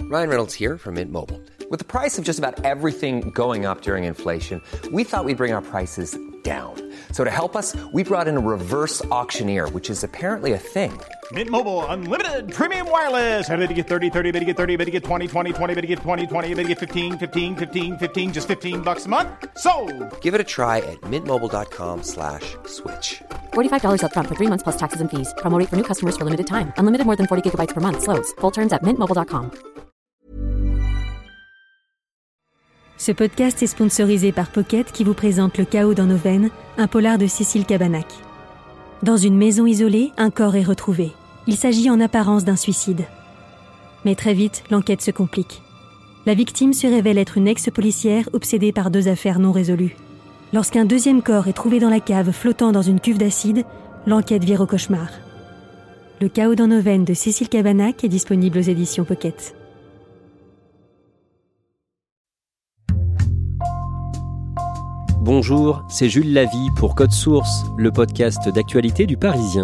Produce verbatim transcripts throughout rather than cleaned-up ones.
Ryan Reynolds here from Mint Mobile. With the price of just about everything going up during inflation, we thought we'd bring our prices down. So to help us, we brought in a reverse auctioneer, which is apparently a thing. Mint Mobile Unlimited Premium Wireless. How to get thirty, thirty, how to get thirty, how to get twenty, twenty, twenty, how to get twenty, twenty, how to get fifteen, fifteen, fifteen, fifteen, just fifteen bucks a month? Sold! Give it a try at mintmobile.com slash switch. forty-five dollars up front for three months plus taxes and fees. Promo rate for new customers for limited time. Unlimited more than forty gigabytes per month. Slows full terms at mint mobile dot com. Ce podcast est sponsorisé par Pocket qui vous présente Le chaos dans nos veines, un polar de Cécile Cabannac. Dans une maison isolée, un corps est retrouvé. Il s'agit en apparence d'un suicide. Mais très vite, l'enquête se complique. La victime se révèle être une ex-policière obsédée par deux affaires non résolues. Lorsqu'un deuxième corps est trouvé dans la cave flottant dans une cuve d'acide, l'enquête vire au cauchemar. Le chaos dans nos veines de Cécile Cabannac est disponible aux éditions Pocket. Bonjour, c'est Jules Lavie pour Code Source, le podcast d'actualité du Parisien.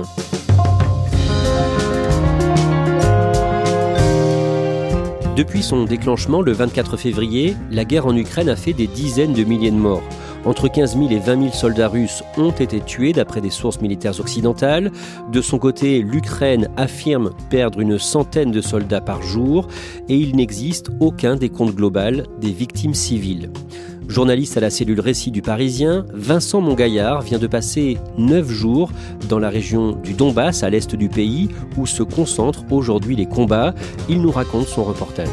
Depuis son déclenchement le vingt-quatre février, la guerre en Ukraine a fait des dizaines de milliers de morts. Entre quinze mille et vingt mille soldats russes ont été tués d'après des sources militaires occidentales. De son côté, l'Ukraine affirme perdre une centaine de soldats par jour et il n'existe aucun décompte global des victimes civiles. Journaliste à la cellule Récit du Parisien, Vincent Mongaillard vient de passer neuf jours dans la région du Donbass, à l'est du pays, où se concentrent aujourd'hui les combats. Il nous raconte son reportage.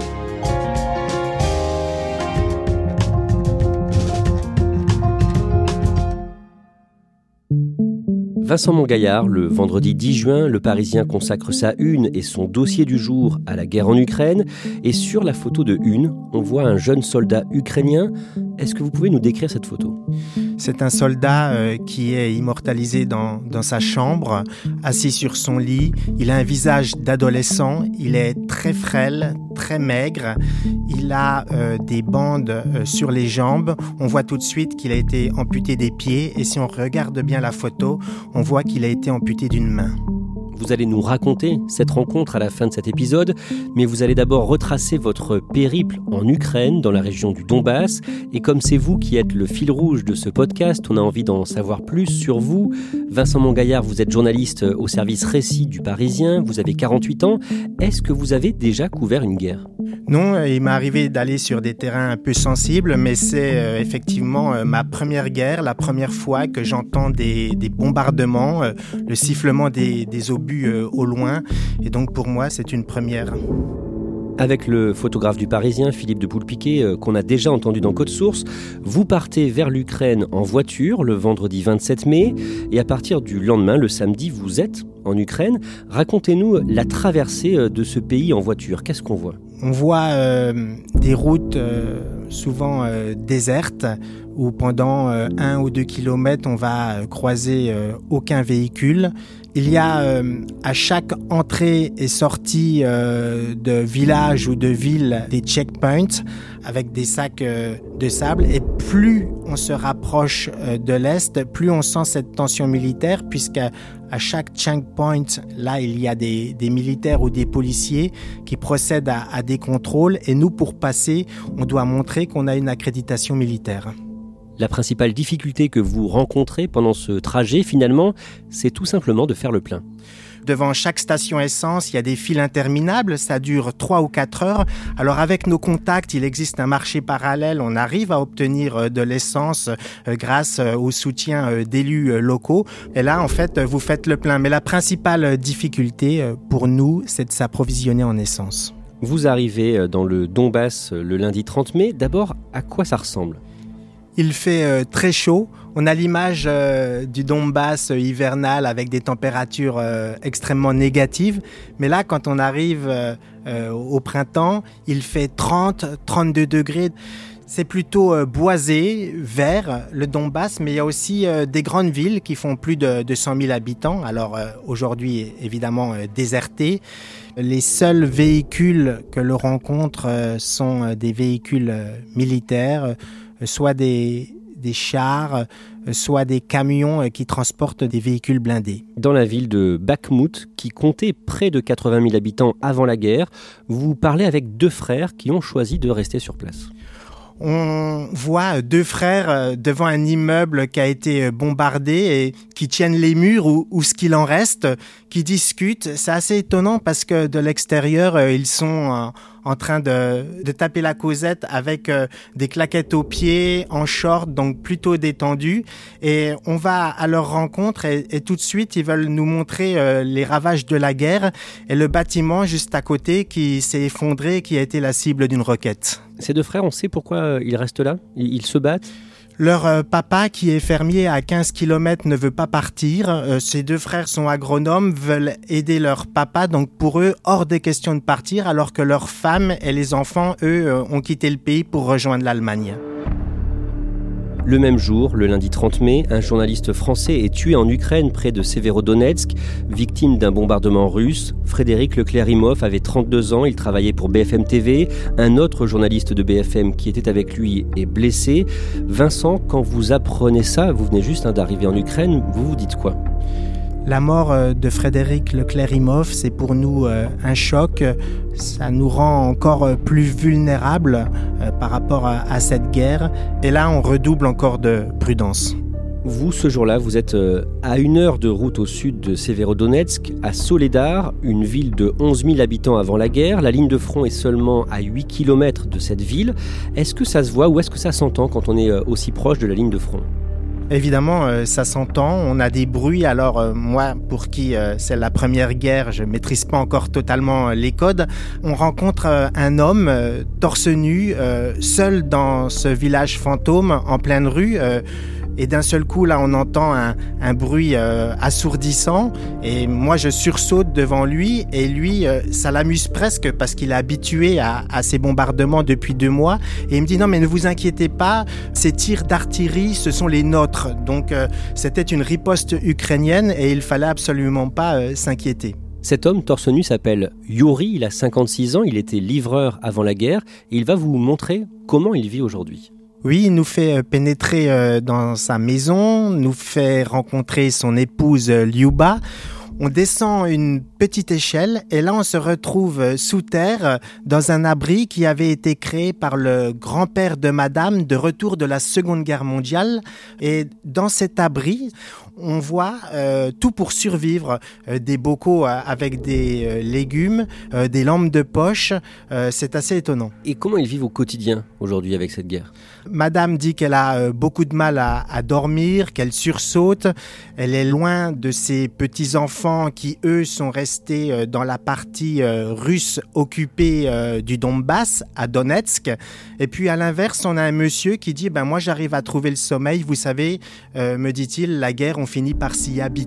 Vincent Mongaillard, le vendredi dix juin, le Parisien consacre sa une et son dossier du jour à la guerre en Ukraine. Et sur la photo de une, on voit un jeune soldat ukrainien. Est-ce que vous pouvez nous décrire cette photo ? C'est un soldat euh, qui est immortalisé dans, dans sa chambre, assis sur son lit. Il a un visage d'adolescent, il est très frêle, très maigre. Il a euh, des bandes euh, sur les jambes. On voit tout de suite qu'il a été amputé des pieds. Et si on regarde bien la photo, on voit qu'il a été amputé d'une main. Vous allez nous raconter cette rencontre à la fin de cet épisode, mais vous allez d'abord retracer votre périple en Ukraine, dans la région du Donbass. Et comme c'est vous qui êtes le fil rouge de ce podcast, on a envie d'en savoir plus sur vous. Vincent Mongaillard, vous êtes journaliste au service Récit du Parisien, vous avez quarante-huit ans. Est-ce que vous avez déjà couvert une guerre ? Non, il m'est arrivé d'aller sur des terrains un peu sensibles, mais c'est euh, effectivement euh, ma première guerre, la première fois que j'entends des, des bombardements, euh, le sifflement des, des obus euh, au loin. Et donc pour moi, c'est une première. Avec le photographe du Parisien, Philippe de Poulpiquet, euh, qu'on a déjà entendu dans Code Source, vous partez vers l'Ukraine en voiture le vendredi vingt-sept mai, et à partir du lendemain, le samedi, vous êtes en Ukraine. Racontez-nous la traversée de ce pays en voiture. Qu'est-ce qu'on voit ? On voit euh, des routes euh, souvent euh, désertes, où pendant euh, un ou deux kilomètres, on va euh, croiser euh, aucun véhicule. Il y a euh, à chaque entrée et sortie euh, de village ou de ville des checkpoints avec des sacs euh, de sable. Et plus on se rapproche euh, de l'Est, plus on sent cette tension militaire, puisqu'à à chaque checkpoint, là, il y a des, des militaires ou des policiers qui procèdent à, à des contrôles. Et nous, pour passer, on doit montrer qu'on a une accréditation militaire. La principale difficulté que vous rencontrez pendant ce trajet, finalement, c'est tout simplement de faire le plein. Devant chaque station essence, il y a des files interminables, ça dure trois ou quatre heures. Alors avec nos contacts, il existe un marché parallèle, on arrive à obtenir de l'essence grâce au soutien d'élus locaux. Et là, en fait, vous faites le plein. Mais la principale difficulté pour nous, c'est de s'approvisionner en essence. Vous arrivez dans le Donbass le lundi trente mai. D'abord, à quoi ça ressemble ? Il fait euh, très chaud. On a l'image euh, du Donbass euh, hivernal avec des températures euh, extrêmement négatives. Mais là, quand on arrive euh, euh, au printemps, il fait trente à trente-deux degrés. C'est plutôt euh, boisé, vert, le Donbass, mais il y a aussi euh, des grandes villes qui font plus de, de cent mille habitants. Alors euh, aujourd'hui, évidemment, euh, désertées. Les seuls véhicules que l'on rencontre euh, sont euh, des véhicules euh, militaires, euh, soit des, des chars, euh, soit des camions euh, qui transportent des véhicules blindés. Dans la ville de Bakhmout, qui comptait près de quatre-vingt mille habitants avant la guerre, vous parlez avec deux frères qui ont choisi de rester sur place. On voit deux frères devant un immeuble qui a été bombardé et qui tiennent les murs ou, ou ce qu'il en reste, qui discutent. C'est assez étonnant parce que de l'extérieur, ils sont en train de, de taper la causette avec des claquettes aux pieds, en short, donc plutôt détendus. Et on va à leur rencontre et, et tout de suite, ils veulent nous montrer les ravages de la guerre et le bâtiment juste à côté qui s'est effondré et qui a été la cible d'une roquette. Ces deux frères, on sait pourquoi ils restent là ? Ils se battent ? Leur euh, papa, qui est fermier à quinze kilomètres, ne veut pas partir. Euh, ces deux frères sont agronomes, veulent aider leur papa. Donc pour eux, hors des questions de partir, alors que leurs femmes et les enfants, eux, euh, ont quitté le pays pour rejoindre l'Allemagne. Le même jour, le lundi trente mai, un journaliste français est tué en Ukraine près de Severodonetsk, victime d'un bombardement russe. Frédéric Leclerimoff avait trente-deux ans, il travaillait pour B F M T V. Un autre journaliste de B F M qui était avec lui est blessé. Vincent, quand vous apprenez ça, vous venez juste hein, d'arriver en Ukraine, vous vous dites quoi ? La mort de Frédéric Leclerimoff, c'est pour nous euh, un choc. Ça nous rend encore plus vulnérables euh, par rapport à, à cette guerre. Et là, on redouble encore de prudence. Vous, ce jour-là, vous êtes euh, à une heure de route au sud de Severodonetsk, à Soledar, une ville de onze mille habitants avant la guerre. La ligne de front est seulement à huit kilomètres de cette ville. Est-ce que ça se voit ou est-ce que ça s'entend quand on est euh, aussi proche de la ligne de front ? Évidemment, euh, ça s'entend, on a des bruits. Alors euh, moi, pour qui euh, c'est la première guerre, je maîtrise pas encore totalement euh, les codes. On rencontre euh, un homme euh, torse nu, euh, seul dans ce village fantôme, en pleine rue. Euh, Et d'un seul coup, là, on entend un, un bruit euh, assourdissant. Et moi, je sursaute devant lui. Et lui, euh, ça l'amuse presque parce qu'il est habitué à, à ces bombardements depuis deux mois. Et il me dit, non, mais ne vous inquiétez pas, ces tirs d'artillerie, ce sont les nôtres. Donc, euh, c'était une riposte ukrainienne et il fallait absolument pas euh, s'inquiéter. Cet homme torse nu s'appelle Yuri, il a cinquante-six ans, il était livreur avant la guerre. Et il va vous montrer comment il vit aujourd'hui. Oui, il nous fait pénétrer dans sa maison, nous fait rencontrer son épouse Liuba. On descend une petite échelle et là on se retrouve sous terre dans un abri qui avait été créé par le grand-père de madame de retour de la Seconde Guerre mondiale. Et dans cet abri, on voit euh, tout pour survivre, euh, des bocaux euh, avec des euh, légumes, euh, des lampes de poche, euh, c'est assez étonnant. Et comment ils vivent au quotidien aujourd'hui avec cette guerre ? Madame dit qu'elle a euh, beaucoup de mal à, à dormir, qu'elle sursaute, elle est loin de ses petits-enfants qui eux sont restés euh, dans la partie euh, russe occupée euh, du Donbass, à Donetsk. Et puis à l'inverse, on a un monsieur qui dit ben, « moi j'arrive à trouver le sommeil, vous savez, euh, me dit-il, la guerre, on finit par s'y habituer. »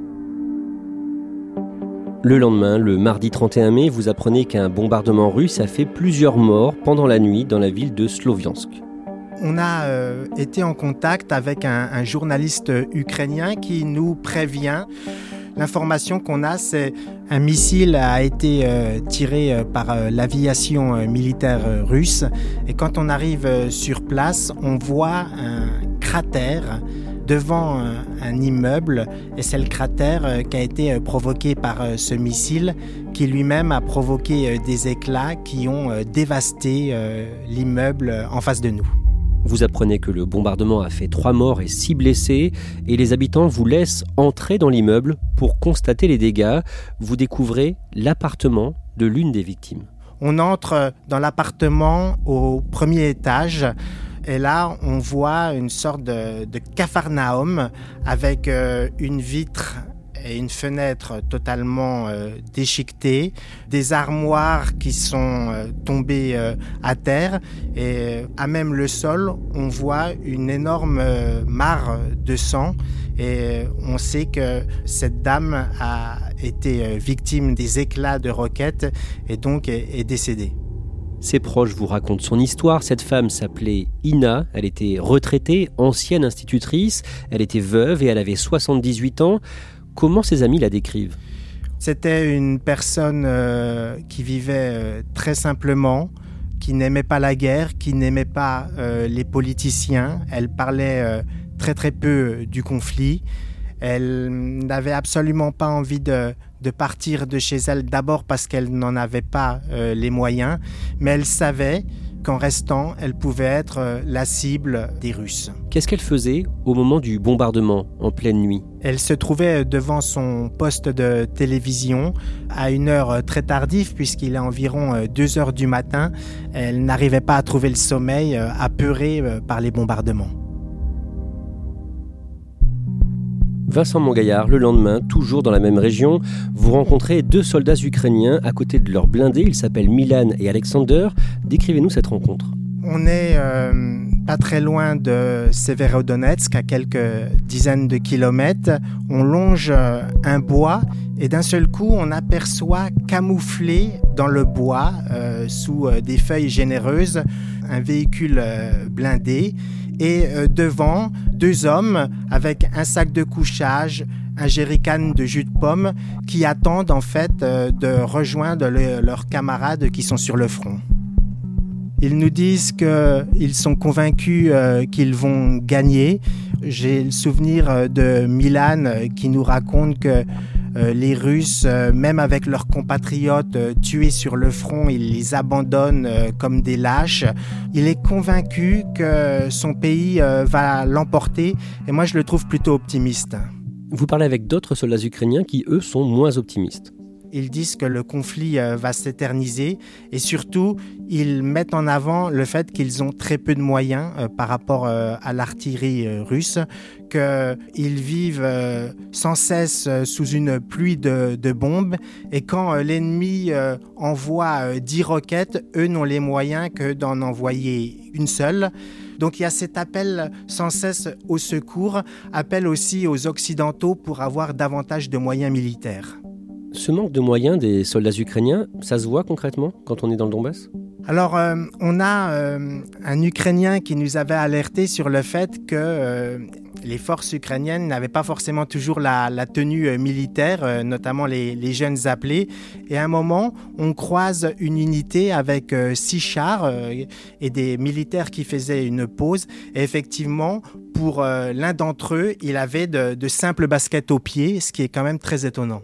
Le lendemain, le mardi trente et un mai, vous apprenez qu'un bombardement russe a fait plusieurs morts pendant la nuit dans la ville de Sloviansk. On a euh, été en contact avec un, un journaliste ukrainien qui nous prévient. L'information qu'on a, c'est un missile a été euh, tiré euh, par euh, l'aviation euh, militaire euh, russe. Et quand on arrive euh, sur place, on voit un cratère devant euh, un immeuble. Et c'est le cratère euh, qui a été euh, provoqué par euh, ce missile qui lui-même a provoqué euh, des éclats qui ont euh, dévasté euh, l'immeuble euh, en face de nous. Vous apprenez que le bombardement a fait trois morts et six blessés et les habitants vous laissent entrer dans l'immeuble pour constater les dégâts. Vous découvrez l'appartement de l'une des victimes. On entre dans l'appartement au premier étage et là on voit une sorte de, de capharnaüm avec euh, une vitre et une fenêtre totalement euh, déchiquetée, des armoires qui sont euh, tombées euh, à terre et euh, à même le sol, on voit une énorme euh, mare de sang et euh, on sait que cette dame a été euh, victime des éclats de roquettes et donc est, est décédée. Ses proches vous racontent son histoire. Cette femme s'appelait Ina, elle était retraitée, ancienne institutrice, elle était veuve et elle avait soixante-dix-huit ans. Comment ses amis la décrivent ? C'était une personne euh, qui vivait euh, très simplement, qui n'aimait pas la guerre, qui n'aimait pas euh, les politiciens. Elle parlait euh, très très peu du conflit. Elle n'avait absolument pas envie de, de partir de chez elle, d'abord parce qu'elle n'en avait pas euh, les moyens, mais elle savait qu'en restant, elle pouvait être euh, la cible des Russes. Qu'est-ce qu'elle faisait au moment du bombardement, en pleine nuit ? Elle se trouvait devant son poste de télévision à une heure très tardive, puisqu'il est environ deux heures du matin. Elle n'arrivait pas à trouver le sommeil, apeurée par les bombardements. Vincent Montgaillard, le lendemain, toujours dans la même région, vous rencontrez deux soldats ukrainiens à côté de leur blindé. Ils s'appellent Milan et Alexander. Décrivez-nous cette rencontre. On est euh, pas très loin de Severodonetsk, à quelques dizaines de kilomètres. On longe un bois et d'un seul coup, on aperçoit camouflé dans le bois, euh, sous des feuilles généreuses, un véhicule euh, blindé. Et euh, devant, deux hommes avec un sac de couchage, un jerrycan de jus de pomme, qui attendent en fait euh, de rejoindre le, leurs camarades qui sont sur le front. Ils nous disent qu'ils sont convaincus euh, qu'ils vont gagner. J'ai le souvenir de Milan euh, qui nous raconte que euh, les Russes, euh, même avec leurs compatriotes euh, tués sur le front, ils les abandonnent euh, comme des lâches. Il est convaincu que son pays euh, va l'emporter et moi je le trouve plutôt optimiste. Vous parlez avec d'autres soldats ukrainiens qui, eux, sont moins optimistes. Ils disent que le conflit va s'éterniser et surtout, ils mettent en avant le fait qu'ils ont très peu de moyens euh, par rapport euh, à l'artillerie euh, russe, qu'ils vivent euh, sans cesse euh, sous une pluie de, de bombes et quand euh, l'ennemi euh, envoie euh, dix roquettes, eux n'ont les moyens que d'en envoyer une seule. Donc il y a cet appel sans cesse au secours, appel aussi aux Occidentaux pour avoir davantage de moyens militaires. Ce manque de moyens des soldats ukrainiens, ça se voit concrètement quand on est dans le Donbass ? Alors, euh, on a euh, un Ukrainien qui nous avait alerté sur le fait que euh, les forces ukrainiennes n'avaient pas forcément toujours la, la tenue euh, militaire, euh, notamment les, les jeunes appelés. Et à un moment, on croise une unité avec euh, six chars euh, et des militaires qui faisaient une pause. Et effectivement, pour euh, l'un d'entre eux, il avait de, de simples baskets aux pieds, ce qui est quand même très étonnant.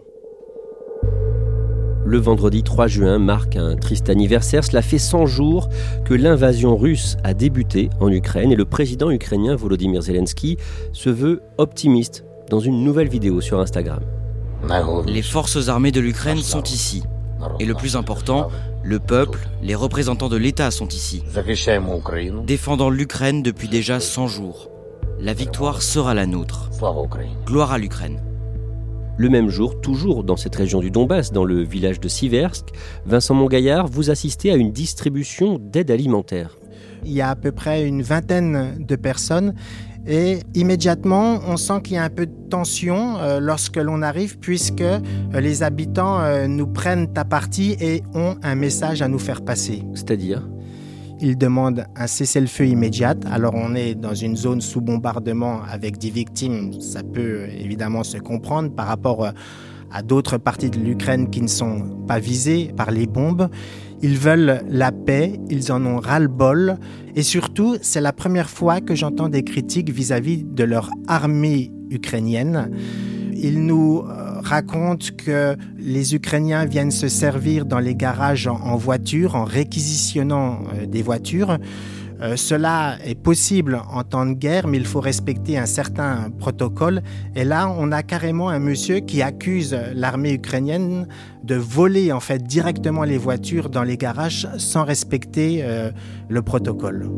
Le vendredi trois juin marque un triste anniversaire. Cela fait cent jours que l'invasion russe a débuté en Ukraine et le président ukrainien Volodymyr Zelensky se veut optimiste dans une nouvelle vidéo sur Instagram. Les forces armées de l'Ukraine sont ici. Et le plus important, le peuple, les représentants de l'État sont ici, défendant l'Ukraine depuis déjà cent jours. La victoire sera la nôtre. Gloire à l'Ukraine. Le même jour, toujours dans cette région du Donbass, dans le village de Siversk, Vincent Montgaillard, vous assistez à une distribution d'aide alimentaire. Il y a à peu près une vingtaine de personnes et immédiatement, on sent qu'il y a un peu de tension euh, lorsque l'on arrive puisque euh, les habitants euh, nous prennent à partie et ont un message à nous faire passer. C'est-à-dire ? Ils demandent un cessez-le-feu immédiat. Alors on est dans une zone sous bombardement avec des victimes. Ça peut évidemment se comprendre par rapport à d'autres parties de l'Ukraine qui ne sont pas visées par les bombes. Ils veulent la paix, ils en ont ras-le-bol. Et surtout, c'est la première fois que j'entends des critiques vis-à-vis de leur armée ukrainienne. Ils nous racontent que les Ukrainiens viennent se servir dans les garages en, en voiture, en réquisitionnant euh, des voitures. Euh, cela est possible en temps de guerre, mais il faut respecter un certain protocole. Et là, on a carrément un monsieur qui accuse l'armée ukrainienne de voler en fait directement les voitures dans les garages sans respecter euh, le protocole.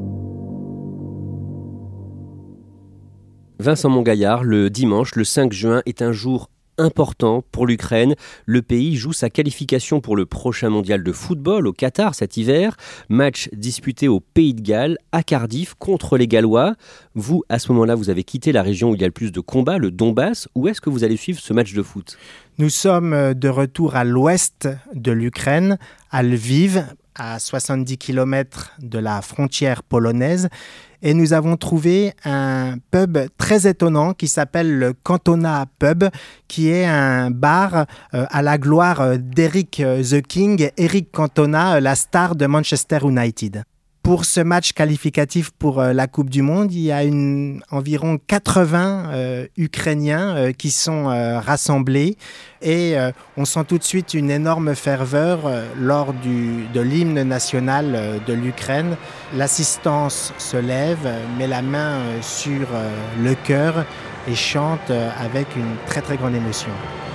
Vincent Montgaillard, le dimanche, le cinq juin, est un jour important pour l'Ukraine. Le pays joue sa qualification pour le prochain mondial de football au Qatar cet hiver. Match disputé au Pays de Galles, à Cardiff, contre les Gallois. Vous, à ce moment-là, vous avez quitté la région où il y a le plus de combats, le Donbass. Où est-ce que vous allez suivre ce match de foot ? Nous sommes de retour à l'ouest de l'Ukraine, à Lviv, à soixante-dix kilomètres de la frontière polonaise. Et nous avons trouvé un pub très étonnant qui s'appelle le Cantona Pub, qui est un bar euh, à la gloire d'Eric The King, Eric Cantona, la star de Manchester United. Pour ce match qualificatif pour euh, la Coupe du Monde, il y a une, environ quatre-vingts euh, Ukrainiens euh, qui sont euh, rassemblés et euh, on sent tout de suite une énorme ferveur euh, lors du, de l'hymne national euh, de l'Ukraine. L'assistance se lève, met la main euh, sur euh, le cœur et chante euh, avec une très très grande émotion.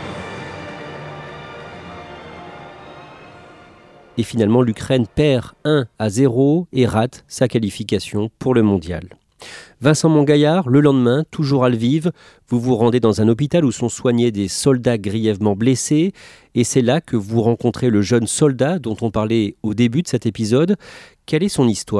Et finalement, l'Ukraine perd un à zéro et rate sa qualification pour le mondial. Vincent Montgaillard, le lendemain, toujours à Lviv, vous vous rendez dans un hôpital où sont soignés des soldats grièvement blessés. Et c'est là que vous rencontrez le jeune soldat dont on parlait au début de cet épisode. Quelle est son histoire ?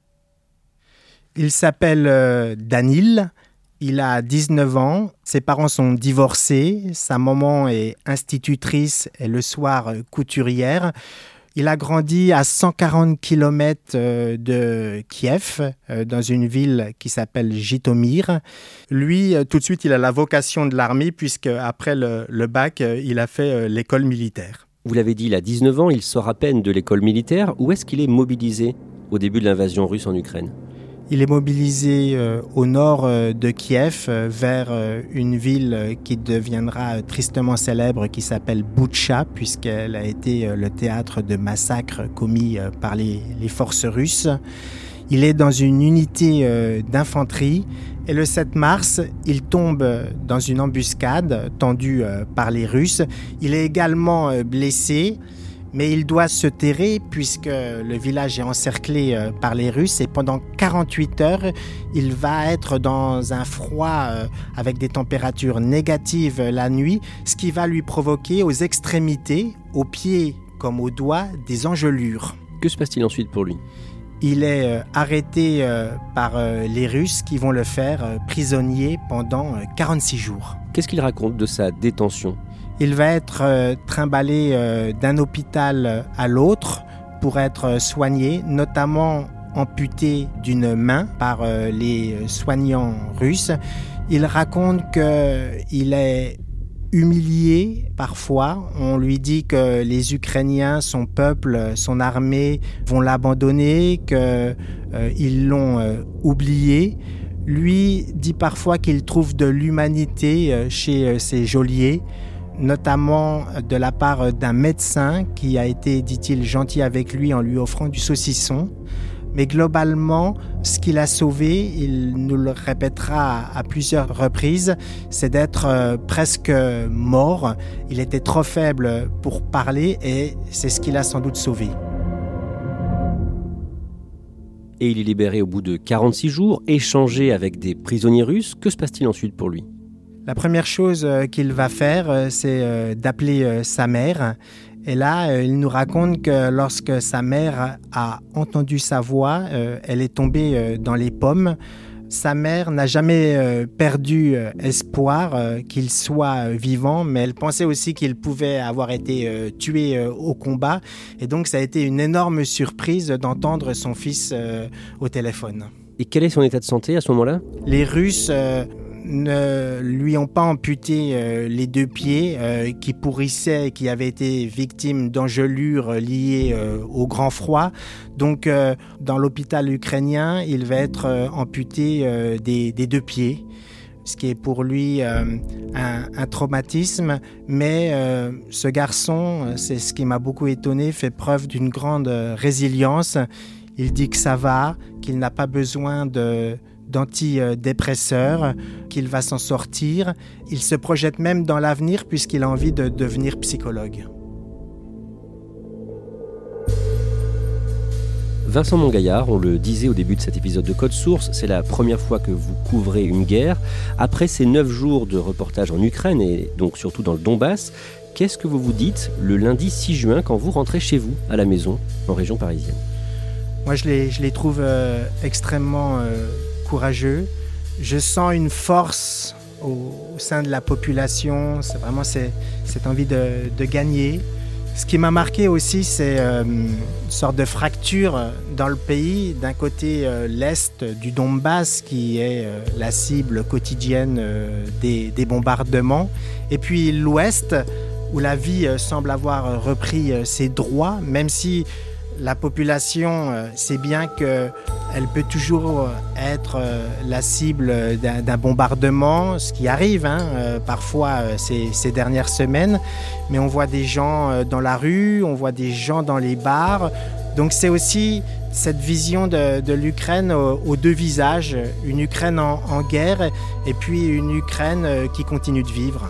Il s'appelle euh, Danil. Il a dix-neuf ans, ses parents sont divorcés, sa maman est institutrice et le soir couturière. Il a grandi à cent quarante kilomètres de Kiev, dans une ville qui s'appelle Jitomir. Lui, tout de suite, il a la vocation de l'armée puisque après le, le bac, il a fait l'école militaire. Vous l'avez dit, il a dix-neuf ans, il sort à peine de l'école militaire. Où est-ce qu'il est mobilisé au début de l'invasion russe en Ukraine ? Il est mobilisé euh, au nord euh, de Kiev, euh, vers euh, une ville euh, qui deviendra euh, tristement célèbre, qui s'appelle Boutcha, puisqu'elle a été euh, le théâtre de massacres commis euh, par les, les forces russes. Il est dans une unité euh, d'infanterie et le sept mars, il tombe dans une embuscade tendue euh, par les Russes. Il est également euh, blessé. Mais il doit se terrer puisque le village est encerclé par les Russes et pendant quarante-huit heures, il va être dans un froid avec des températures négatives la nuit, ce qui va lui provoquer aux extrémités, aux pieds comme aux doigts, des engelures. Que se passe-t-il ensuite pour lui ? Il est arrêté par les Russes qui vont le faire prisonnier pendant quarante-six jours. Qu'est-ce qu'il raconte de sa détention ? Il va être euh, trimballé euh, d'un hôpital à l'autre pour être soigné, notamment amputé d'une main par euh, les soignants russes. Il raconte qu'il est humilié parfois. On lui dit que les Ukrainiens, son peuple, son armée vont l'abandonner, qu'ils euh, l'ont euh, oublié. Lui dit parfois qu'il trouve de l'humanité euh, chez euh, ses geôliers, notamment de la part d'un médecin qui a été, dit-il, gentil avec lui en lui offrant du saucisson. Mais globalement, ce qu'il a sauvé, il nous le répétera à plusieurs reprises, c'est d'être presque mort. Il était trop faible pour parler et c'est ce qu'il a sans doute sauvé. Et il est libéré au bout de quarante-six jours, échangé avec des prisonniers russes. Que se passe-t-il ensuite pour lui ? La première chose qu'il va faire, c'est d'appeler sa mère. Et là, il nous raconte que lorsque sa mère a entendu sa voix, elle est tombée dans les pommes. Sa mère n'a jamais perdu espoir qu'il soit vivant, mais elle pensait aussi qu'il pouvait avoir été tué au combat. Et donc, ça a été une énorme surprise d'entendre son fils au téléphone. Et quel est son état de santé à ce moment-là ? Les Russes ne lui ont pas amputé euh, les deux pieds euh, qui pourrissaient et qui avaient été victimes d'engelures liées euh, au grand froid. Donc, euh, dans l'hôpital ukrainien, il va être euh, amputé euh, des, des deux pieds, ce qui est pour lui euh, un, un traumatisme. Mais euh, ce garçon, c'est ce qui m'a beaucoup étonné, fait preuve d'une grande résilience. Il dit que ça va, qu'il n'a pas besoin de d'antidépresseurs, qu'il va s'en sortir. Il se projette même dans l'avenir puisqu'il a envie de devenir psychologue. Vincent Montgaillard, on le disait au début de cet épisode de Code Source, c'est la première fois que vous couvrez une guerre. Après ces neuf jours de reportage en Ukraine et donc surtout dans le Donbass, qu'est-ce que vous vous dites le lundi six juin quand vous rentrez chez vous, à la maison, en région parisienne ? Moi, je les, je les trouve euh, extrêmement euh, courageux. Je sens une force au, au sein de la population. C'est vraiment c'est, cette envie de, de gagner, Ce qui m'a marqué aussi, c'est euh, une sorte de fracture dans le pays. D'un côté, euh, l'Est du Donbass, qui est euh, la cible quotidienne euh, des, des bombardements. Et puis l'Ouest, où la vie euh, semble avoir repris euh, ses droits, même si la population euh, sait bien qu'elle peut toujours être euh, la cible d'un, d'un bombardement, ce qui arrive hein, euh, parfois euh, ces, ces dernières semaines. Mais on voit des gens euh, dans la rue, on voit des gens dans les bars. Donc c'est aussi cette vision de, de l'Ukraine aux, aux deux visages, une Ukraine en, en guerre et puis une Ukraine euh, qui continue de vivre.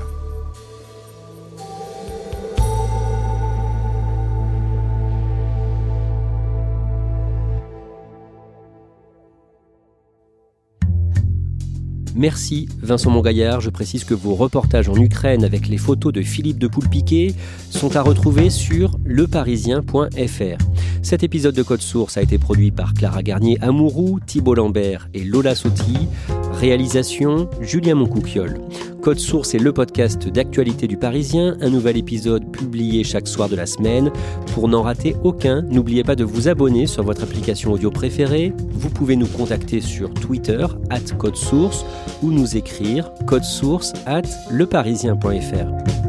Merci Vincent Mongaillard. Je précise que vos reportages en Ukraine avec les photos de Philippe de Poulpiquet sont à retrouver sur leparisien point f r. Cet épisode de Code Source a été produit par Clara Garnier-Amouroux, Thibault Lambert et Lola Sotti. Réalisation, Julien Moncouquiol. Code Source est le podcast d'actualité du Parisien, un nouvel épisode publié chaque soir de la semaine. Pour n'en rater aucun, n'oubliez pas de vous abonner sur votre application audio préférée. Vous pouvez nous contacter sur Twitter, arobase Code Source, ou nous écrire codesource arobase leparisien point f r.